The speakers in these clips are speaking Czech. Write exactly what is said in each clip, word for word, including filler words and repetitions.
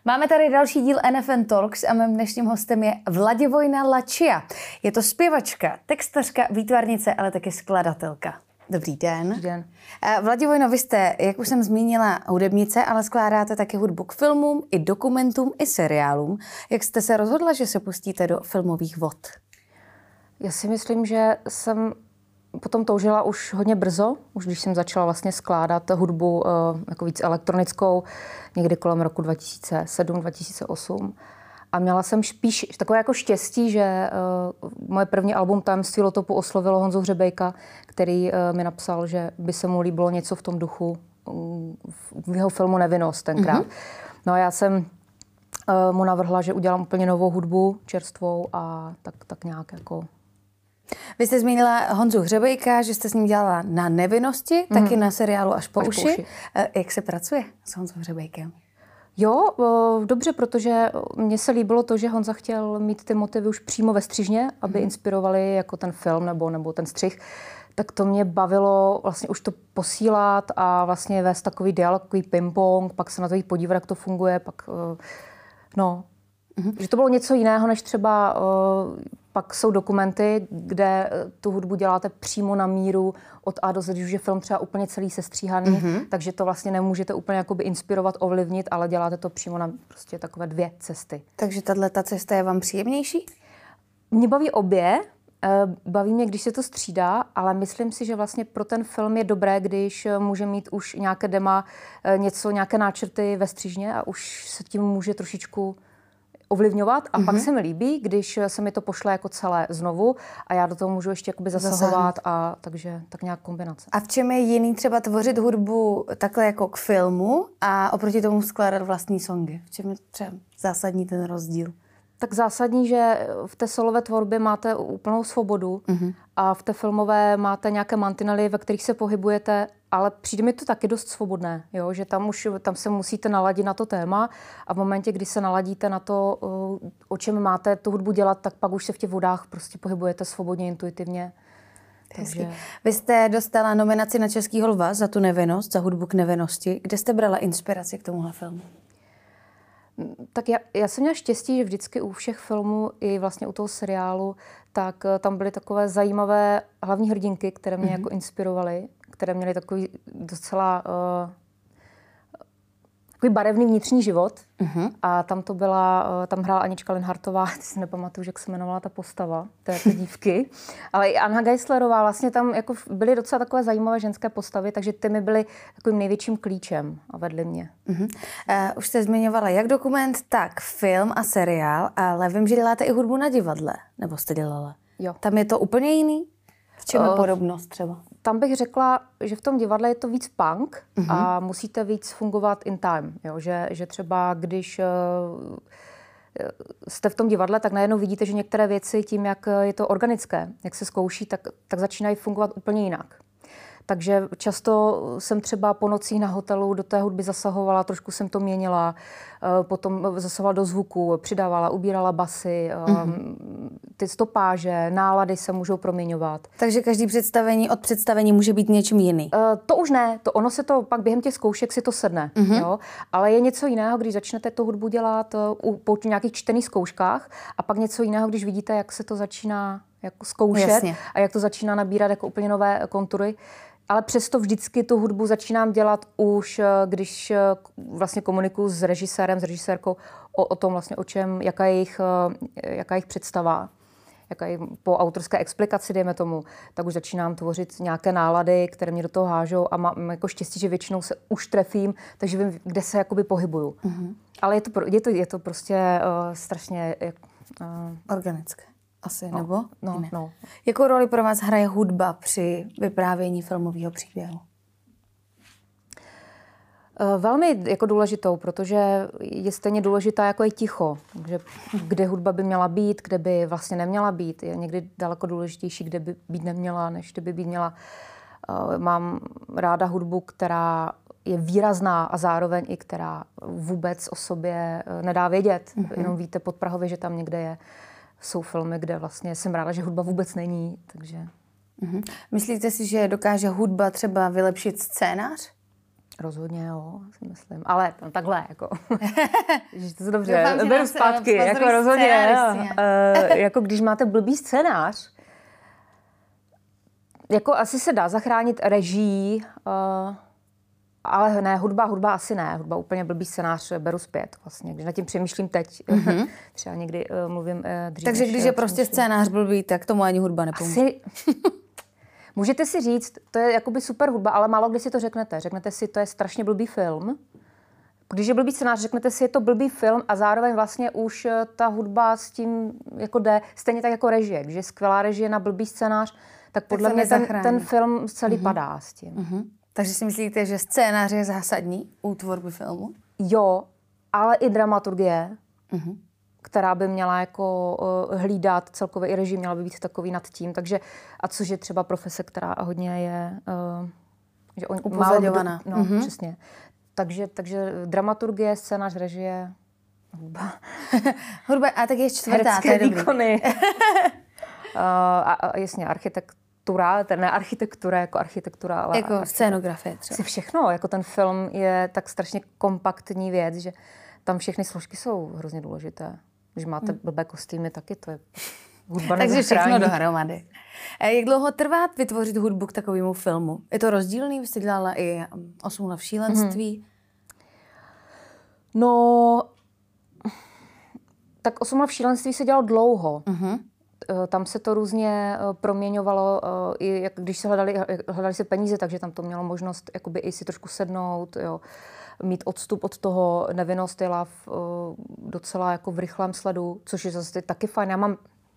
Máme tady další díl N F N Talks a mým dnešním hostem je Vladivojna Lačia. Je to zpěvačka, textařka, výtvarnice, ale taky skladatelka. Dobrý den. Dobrý den. Vladivojno, vy jste, jak už jsem zmínila, hudebnice, ale skládáte taky hudbu k filmům, i dokumentům, i seriálům. Jak jste se rozhodla, že se pustíte do filmových vod? Já si myslím, že jsem potom toužila už hodně brzo, už když jsem začala vlastně skládat hudbu uh, jako víc elektronickou, někdy kolem roku dva tisíce sedm dva tisíce osm. A měla jsem spíš takové jako štěstí, že uh, moje první album Tajemství Lotopu oslovilo Honzu Hřebejka, který uh, mi napsal, že by se mu líbilo něco v tom duchu um, v jeho filmu Nevinnost tenkrát. Mm-hmm. No a já jsem uh, mu navrhla, že udělám úplně novou hudbu, čerstvou a tak, tak nějak jako... Vy jste zmínila Honzu Hřebejka, že jste s ním dělala na Nevinnosti, mm. taky na seriálu Až po, Až uši. po uši. Jak se pracuje s Honzou Hřebejkem? Jo, dobře, protože mně se líbilo to, že Honza chtěl mít ty motivy už přímo ve střižně, aby mm. inspirovali jako ten film nebo, nebo ten střih. Tak to mě bavilo vlastně už to posílat a vlastně vést takový dialog, takový ping-pong, pak se na to jít podívat, jak to funguje, pak no... Mm-hmm. Že to bylo něco jiného, než třeba uh, pak jsou dokumenty, kde tu hudbu děláte přímo na míru od A do Z, když je film třeba úplně celý sestříhaný, mm-hmm. takže to vlastně nemůžete úplně jakoby inspirovat, ovlivnit, ale děláte to přímo na prostě takové dvě cesty. Takže tato cesta je vám příjemnější? Mě baví obě. Baví mě, když se to střídá, ale myslím si, že vlastně pro ten film je dobré, když může mít už nějaké dema, něco, nějaké náčrty ve střižně a už se tím může trošičku ovlivňovat a mm-hmm. pak se mi líbí, když se mi to pošle jako celé znovu a já do toho můžu ještě jakoby zasahovat a takže tak nějak kombinace. A v čem je jiný třeba tvořit hudbu takhle jako k filmu a oproti tomu skládat vlastní songy? V čem je třeba zásadní ten rozdíl? Tak zásadní, že v té solové tvorbě máte úplnou svobodu mm-hmm. a v té filmové máte nějaké mantinely, ve kterých se pohybujete, ale přijde mi to taky dost svobodné, jo? Že tam už tam se musíte naladit na to téma a v momentě, kdy se naladíte na to, o čem máte tu hudbu dělat, tak pak už se v těch vodách prostě pohybujete svobodně, intuitivně. Takže... Vy jste dostala nominaci na Českýho lva za tu Nevinnost, za hudbu k nevinnosti. Kde jste brala inspiraci k tomuhle filmu? Tak já, já jsem měla štěstí, že vždycky u všech filmů i vlastně u toho seriálu, tak tam byly takové zajímavé hlavní hrdinky, které mě mm-hmm. jako inspirovaly, které měly takový docela uh, takový barevný vnitřní život. Mm-hmm. A tam to byla, uh, tam hrála Anička Linhartová, ty si nepamatuju, jak se jmenovala ta postava té, té dívky, ale i Anna Geislerová, vlastně tam jako byly docela takové zajímavé ženské postavy, takže ty mi byly takovým největším klíčem a vedly mě. Mm-hmm. Uh, už jste zmiňovala jak dokument, tak film a seriál, ale vím, že děláte i hudbu na divadle, nebo jste dělala? Jo. Tam je to úplně jiný? V čem je uh, podobnost třeba? Tam bych řekla, že v tom divadle je to víc punk mm-hmm. a musíte víc fungovat in time. Jo? Že, že třeba když uh, jste v tom divadle, tak najednou vidíte, že některé věci tím, jak je to organické, jak se zkouší, tak, tak začínají fungovat úplně jinak. Takže často jsem třeba po nocích na hotelu do té hudby zasahovala, trošku jsem to měnila, potom zasahovala do zvuku, přidávala, ubírala basy, mm-hmm. ty stopáže, nálady se můžou proměňovat. Takže každý představení od představení může být něčím jiný? To už ne, to ono se to pak během těch zkoušek si to sedne, mm-hmm. jo? Ale je něco jiného, když začnete tu hudbu dělat po nějakých čtených zkouškách a pak něco jiného, když vidíte, jak se to začíná jako zkoušet Jasně. a jak to začíná nabírat jako úplně nové kontury. Ale přesto vždycky tu hudbu začínám dělat už, když vlastně komunikuju s režisérem, s režisérkou o, o tom vlastně, o čem, jaká je jejich, jaká je jejich představa, jaká je po autorské explikaci, dejme tomu, tak už začínám tvořit nějaké nálady, které mě do toho hážou a mám jako štěstí, že většinou se už trefím, takže vím, kde se jakoby pohybuju. Mm-hmm. Ale je to, je to, je to prostě uh, strašně... Uh, organické. Asi, no, nebo? No, no. Jakou roli pro vás hraje hudba při vyprávění filmového příběhu? Velmi jako důležitou, protože je stejně důležitá jako je ticho. Takže kde hudba by měla být, kde by vlastně neměla být. Je někdy daleko důležitější, kde by být neměla, než kde by být měla. Mám ráda hudbu, která je výrazná a zároveň i která vůbec o sobě nedá vědět. Mm-hmm. Jenom víte podprahově, že tam někde je. Jsou filmy, kde vlastně jsem ráda, že hudba vůbec není, takže... Mm-hmm. Myslíte si, že dokáže hudba třeba vylepšit scénář? Rozhodně jo, si myslím. Ale no, takhle, jako, že to je dobře, Doufám, beru zpátky, jako rozhodně, uh, jako když máte blbý scénář, jako asi se dá zachránit režii, uh, ale ne, hudba, hudba asi ne, hudba úplně blbý scénář beru zpět vlastně, když nad tím přemýšlím teď, mm-hmm. třeba někdy uh, mluvím uh, dřív. Takže když je prostě scénář blbý, tak tomu ani hudba nepomůže. Asi... Můžete si říct, to je jakoby super hudba, ale málo kdy si to řeknete. Řeknete si, to je strašně blbý film. Když je blbý scénář, řeknete si, je to blbý film a zároveň vlastně už ta hudba s tím jako jde. Stejně tak jako režie. Když je skvělá režie na blbý scénář, tak podle tak mě ten, ten film celý mm-hmm. padá s tím. Mm-hmm. Takže si myslíte, že scénář je zásadní u tvorby filmu? Jo, ale i dramaturgie. Mm-hmm. která by měla jako uh, hlídat celkově i režim, měla by být takový nad tím. Takže, a což je třeba profese, která hodně je uh, že on, upozorňovaná. No, mm-hmm. přesně. Takže, takže dramaturgie, scénář, režie, hudba. Hudba, a tak je čtvrtá, herecké výkony. uh, a, a jasně, architektura, ne architektura jako architektura, ale... Jako scénografie třeba. Všechno, jako ten film je tak strašně kompaktní věc, že tam všechny složky jsou hrozně důležité. Když máte hmm. blbé kostýmy, taky to je hudba nezachrání. Takže všechno dohromady. Jak dlouho trvá vytvořit hudbu k takovému filmu? Je to rozdílný? Vy jste dělala i osm let v šílenství. Hmm. No, tak osm let v šílenství se dělalo dlouho. Hmm. Tam se to různě proměňovalo, i jak když se hledali, hledali se peníze, takže tam to mělo možnost jakoby i si trošku sednout, jo. Mít odstup od toho, nevinnost jela v, uh, docela jako v rychlém sledu, což je zase taky fajn. Já mám...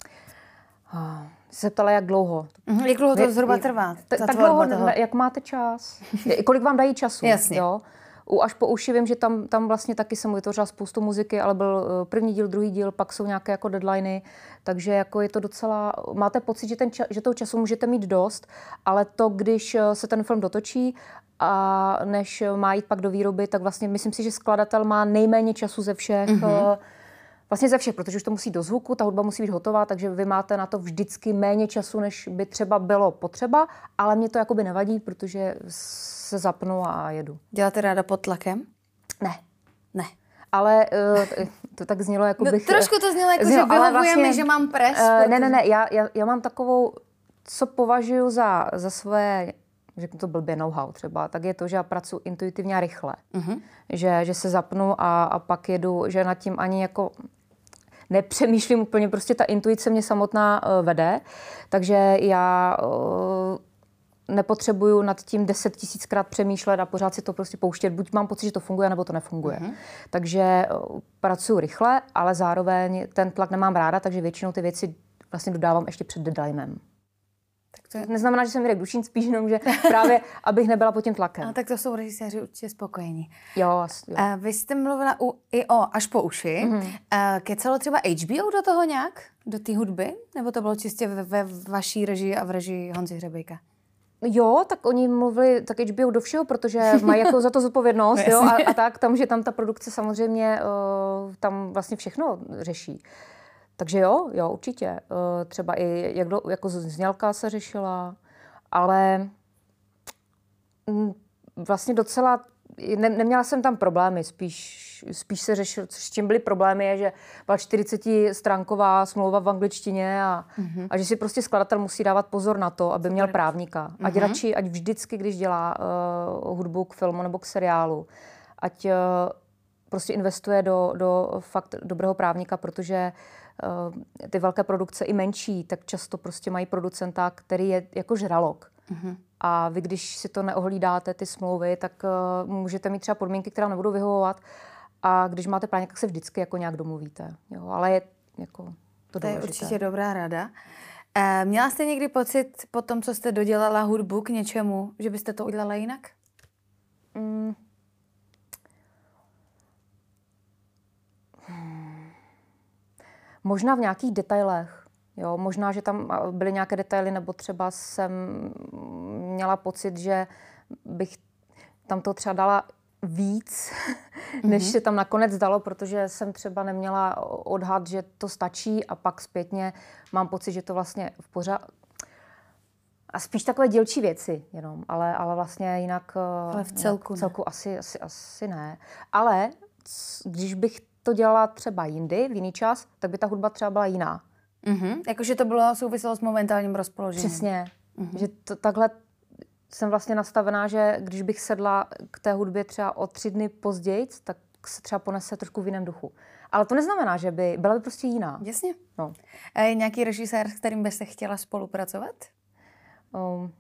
Uh, se ptala, jak dlouho. Mm-hmm. Jak dlouho to Vy, zhruba trvá? T- tak dlouho, ne, jak máte čas. Kolik vám dají času? Jasně. Jo? U Až po uši vím, že tam, tam vlastně taky jsem vytvořila spoustu muziky, ale byl první díl, druhý díl, pak jsou nějaké jako deadliny, takže jako je to docela... Máte pocit, že, ten ča, že toho času můžete mít dost, ale to, když se ten film dotočí a než má jít pak do výroby, tak vlastně myslím si, že skladatel má nejméně času ze všech, mm-hmm. vlastně ze všech, protože už to musí do zvuku, ta hudba musí být hotová, takže vy máte na to vždycky méně času, než by třeba bylo potřeba, ale mě to jakoby nevadí, protože se zapnu a jedu. Děláte ráda pod tlakem? Ne. Ne. Ale uh, to tak znělo, jako bych... No, trošku to znělo, jako znělo, že vyhovuje mi, že mám pres. Uh, protože... Ne, ne, ne, já, já, já mám takovou, co považuji za, za své... řeknu to blbě know-how třeba, tak je to, že já pracuji intuitivně a rychle. Uh-huh. Že, že se zapnu a, a pak jedu, že nad tím ani jako nepřemýšlím úplně, prostě ta intuice mě samotná uh, vede, takže já uh, nepotřebuju nad tím deset tisíckrát přemýšlet a pořád si to prostě pouštět. Buď mám pocit, že to funguje, nebo to nefunguje. Uh-huh. Takže uh, pracuji rychle, ale zároveň ten tlak nemám ráda, takže většinou ty věci vlastně dodávám ještě před deadlinem. Tak to je... Neznamená, že jsem Mirek Dušín, spíš jenom, že právě, abych nebyla pod tím tlakem. A tak to jsou režiséři určitě spokojení. Jo, jo. A vy jste mluvila u, i o Až po uši. Mm-hmm. Kecalo třeba H B O do toho nějak? Do té hudby? Nebo to bylo čistě ve, ve vaší režii a v režii Honzy Hřebejka? Jo, tak oni mluvili tak H B O do všeho, protože mají jako za to zodpovědnost, jo, a, a tak, tam, že tam ta produkce samozřejmě uh, tam vlastně všechno řeší. Takže jo, jo, určitě. Třeba i jak do, jako znělka se řešila, ale vlastně docela, ne, neměla jsem tam problémy, spíš, spíš se řešilo, s čím byly problémy, je, že byla čtyřicetistránková smlouva v angličtině a, mm-hmm. a že si prostě skladatel musí dávat pozor na to, aby měl právníka. Ať mm-hmm. radši, ať vždycky, když dělá uh, hudbu k filmu nebo k seriálu, ať uh, prostě investuje do, do fakt dobrého právníka, protože uh, ty velké produkce i menší, tak často prostě mají producenta, který je jako žralok. Mm-hmm. A vy, když si to neohlídáte, ty smlouvy, tak uh, můžete mít třeba podmínky, které nebudou vyhovovat. A když máte právníka, tak se vždycky jako nějak domluvíte. Jo? Ale je jako to, to důležité. Je určitě dobrá rada. Uh, měla jste někdy pocit po tom, co jste dodělala hudbu k něčemu, že byste to udělala jinak? Mm. Možná v nějakých detailech. Jo, možná, že tam byly nějaké detaily, nebo třeba jsem měla pocit, že bych tam to třeba dala víc, než mm-hmm. se tam nakonec dalo, protože jsem třeba neměla odhad, že to stačí a pak zpětně mám pocit, že to vlastně v pořád... A spíš takové dílčí věci jenom, ale, ale vlastně jinak... Ale v celku, v celku asi, asi, asi ne. Ale když bych to dělala třeba jindy, v jiný čas, tak by ta hudba třeba byla jiná. Mm-hmm. Jakože to bylo souviselo s momentálním rozpoložením. Přesně. Mm-hmm. Že to, takhle jsem vlastně nastavená, že když bych sedla k té hudbě třeba o tři dny později, tak se třeba ponese trošku v jiném duchu. Ale to neznamená, že by byla by prostě jiná. Jasně. No. A je nějaký režisér, s kterým byste chtěla spolupracovat? Um,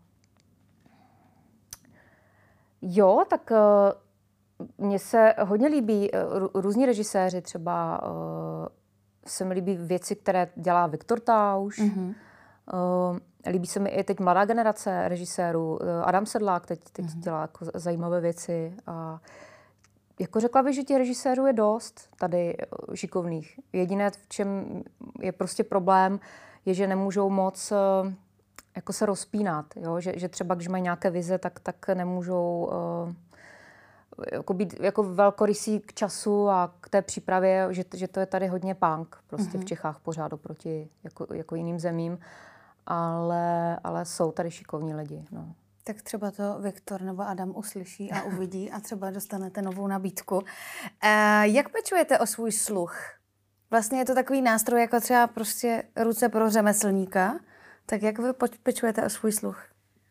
jo, tak uh, mně se hodně líbí uh, různí režiséři, třeba uh, se mi líbí věci, které dělá Viktor Tauš. Mm-hmm. Uh, líbí se mi i teď mladá generace režisérů. Uh, Adam Sedlák teď, teď mm-hmm. dělá jako zajímavé věci. A jako řekla bych, že těch režisérů je dost tady uh, šikovných. Jediné, v čem je prostě problém, je, že nemůžou moc uh, jako se rozpínat. Jo? Že, že třeba, když mají nějaké vize, tak, tak nemůžou uh, jako být jako velkorysí k času a k té přípravě, že, že to je tady hodně punk prostě mm-hmm. v Čechách pořád oproti jako, jako jiným zemím. Ale, ale jsou tady šikovní lidi. No. Tak třeba to Viktor nebo Adam uslyší a uvidí a třeba dostanete novou nabídku. Uh, jak pečujete o svůj sluch? Vlastně je to takový nástroj jako třeba prostě ruce pro řemeslníka. Tak jak vy pečujete o svůj sluch?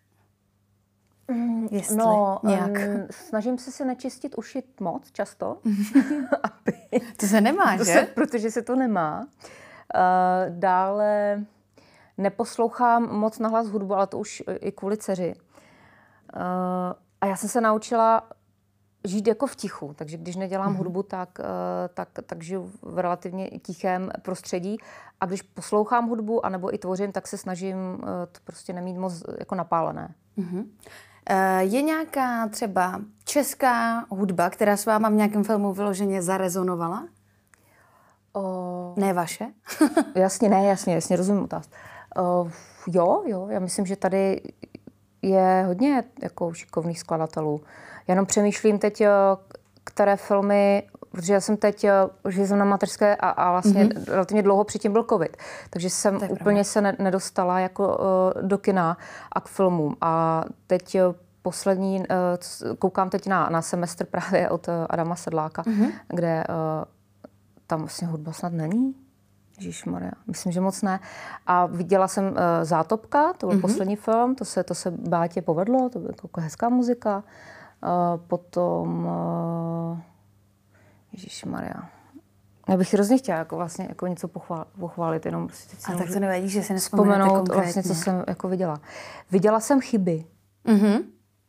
Jestli no, nějak. Um, snažím se si nečistit uši moc často. aby, to se nemá, to že? Se, protože se to nemá. Uh, dále neposlouchám moc nahlas hudbu, ale to už i kvůli dceři. Uh, a já jsem se naučila žít jako v tichu, takže když nedělám mm-hmm. hudbu, tak, uh, tak, tak žiju v relativně tichém prostředí. A když poslouchám hudbu, anebo i tvořím, tak se snažím uh, to prostě nemít moc jako napálené. Mm-hmm. Uh, je nějaká třeba česká hudba, která s váma v nějakém filmu vyloženě zarezonovala? Uh, ne vaše? jasně, ne, jasně, jasně, rozumím otázku. Uh, jo, jo, já myslím, že tady je hodně jako šikovných skladatelů. Já jenom přemýšlím teď, které filmy, protože já jsem teď, že jsem na mateřské a, a vlastně mm-hmm. relativně dlouho předtím byl covid, takže jsem úplně pravda. se ne, nedostala jako uh, do kina a k filmům. A teď uh, poslední, uh, koukám teď na, na semestr právě od uh, Adama Sedláka, mm-hmm. kde uh, tam vlastně hudba snad není. Ježišmarja, myslím, že moc ne. A viděla jsem uh, Zátopka, to byl mm-hmm. poslední film, to se, to se Bátě povedlo, to byla jako hezká muzika. Uh, potom, uh, ježišmarja, já bych hrozně chtěla jako vlastně jako něco pochvál, pochválit, jenom prostě a tak to nevadí, že si nevzpomenete konkrétně. Vlastně, co jsem jako viděla. Viděla jsem Chyby. Mm-hmm.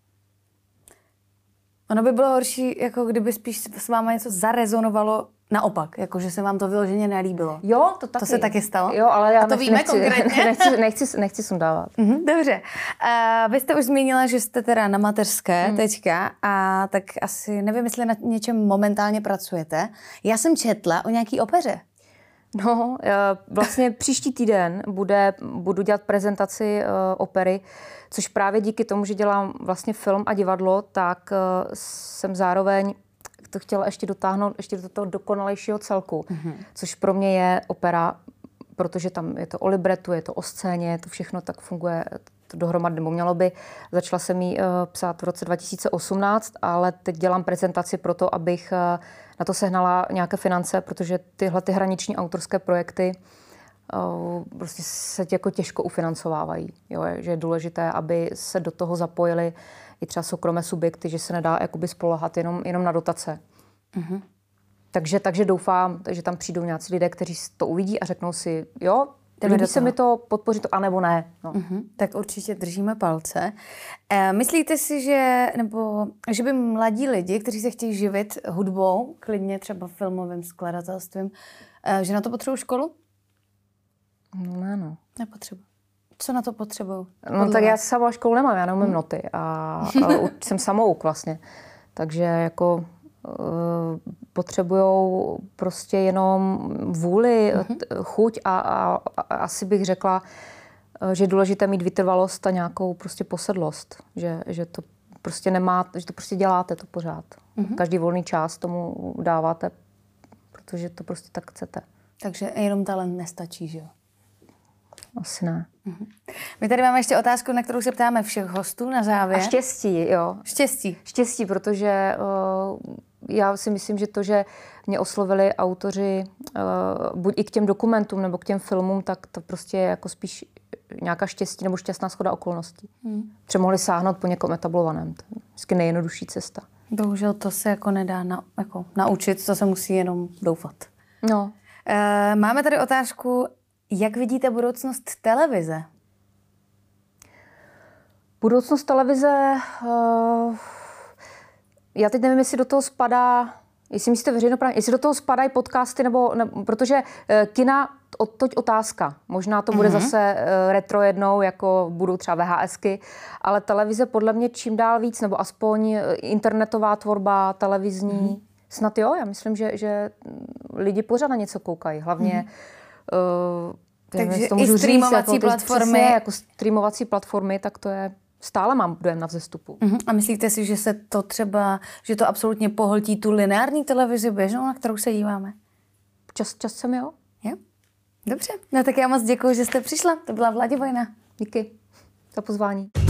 Ono by bylo horší, jako kdyby spíš s váma něco zarezonovalo naopak, jako že se vám to vyloženě nelíbilo. Jo, to taky. To se taky stalo? Jo, ale já a to nechci, víme nechci, konkrétně? Nechci, nechci, nechci sundávat. Mm-hmm, dobře. Uh, vy jste už zmínila, že jste teda na mateřské mm. teďka a tak asi nevím, jestli na něčem momentálně pracujete. Já jsem četla o nějaký opeře. No, vlastně příští týden bude, budu dělat prezentaci uh, opery, což právě díky tomu, že dělám vlastně film a divadlo, tak uh, jsem zároveň to chtěla ještě dotáhnout ještě do toho dokonalejšího celku, mm-hmm. což pro mě je opera, protože tam je to o libretu, je to o scéně, to všechno tak funguje to dohromady, nebo mělo by. Začala jsem ji uh, psát v roce dva tisíce osmnáct, ale teď dělám prezentaci pro to, abych uh, na to sehnala nějaké finance, protože tyhle ty hraniční autorské projekty uh, prostě se jako těžko ufinancovávají. Jo? Že je důležité, aby se do toho zapojili i třeba soukromé subjekty, že se nedá jakoby spoléhat jenom, jenom na dotace. Mm-hmm. Takže, takže doufám, že tam přijdou nějací lidé, kteří to uvidí a řeknou si, jo, líbí se mi to, podpoří to, anebo ne. No. Mm-hmm. Tak určitě držíme palce. E, myslíte si, že, nebo, že by mladí lidi, kteří se chtějí živit hudbou, klidně třeba filmovým skladatelstvím, e, že na to potřebují školu? No ne, no. Nepotřebuji. Co na to potřebují? No tak já sama školu nemám, já neumím hmm. noty a, a jsem samouk vlastně. Takže jako uh, potřebujou prostě jenom vůli, hmm. chuť a, a, a asi bych řekla, že je důležité mít vytrvalost a nějakou prostě posedlost. Že, že to prostě nemá, že to prostě děláte to pořád. Hmm. Každý volný čas tomu dáváte, protože to prostě tak chcete. Takže jenom talent nestačí, že jo? asi ne. My tady máme ještě otázku, na kterou se ptáme všech hostů na závěr. A štěstí, jo. Štěstí. Štěstí, protože uh, já si myslím, že to, že mě oslovili autoři uh, buď i k těm dokumentům nebo k těm filmům, tak to prostě je jako spíš nějaká štěstí nebo šťastná shoda okolností. Hmm. Třeba mohli sáhnout po někom etablovaném. To je vždycky nejjednodušší cesta. Bohužel to se jako nedá na, jako naučit, to se musí jenom doufat. No. Uh, máme tady otázku, jak vidíte budoucnost televize? Budoucnost televize, uh, já teď nevím, jestli do toho spadá, jestli myslíte veřejnoprávní, jestli do toho spadají podcasty, nebo, ne, protože uh, kina, toť otázka, možná to bude mm-hmm. zase uh, retro jednou, jako budou třeba VHSky, ale televize podle mě čím dál víc, nebo aspoň internetová tvorba, televizní, mm-hmm. snad jo, já myslím, že, že lidi pořád na něco koukají, hlavně mm-hmm. uh, takže i streamovací říct, jako, platformy. Přesně, jako streamovací platformy, tak to je, stále mám dojem na vzestupu. Uh-huh. A myslíte si, že se to třeba, že to absolutně pohltí tu lineární televizi běžnou, na kterou se díváme? Čas, časem jo. Jo? Dobře. No tak já moc děkuji, že jste přišla. To byla Vladivojna. Díky za pozvání.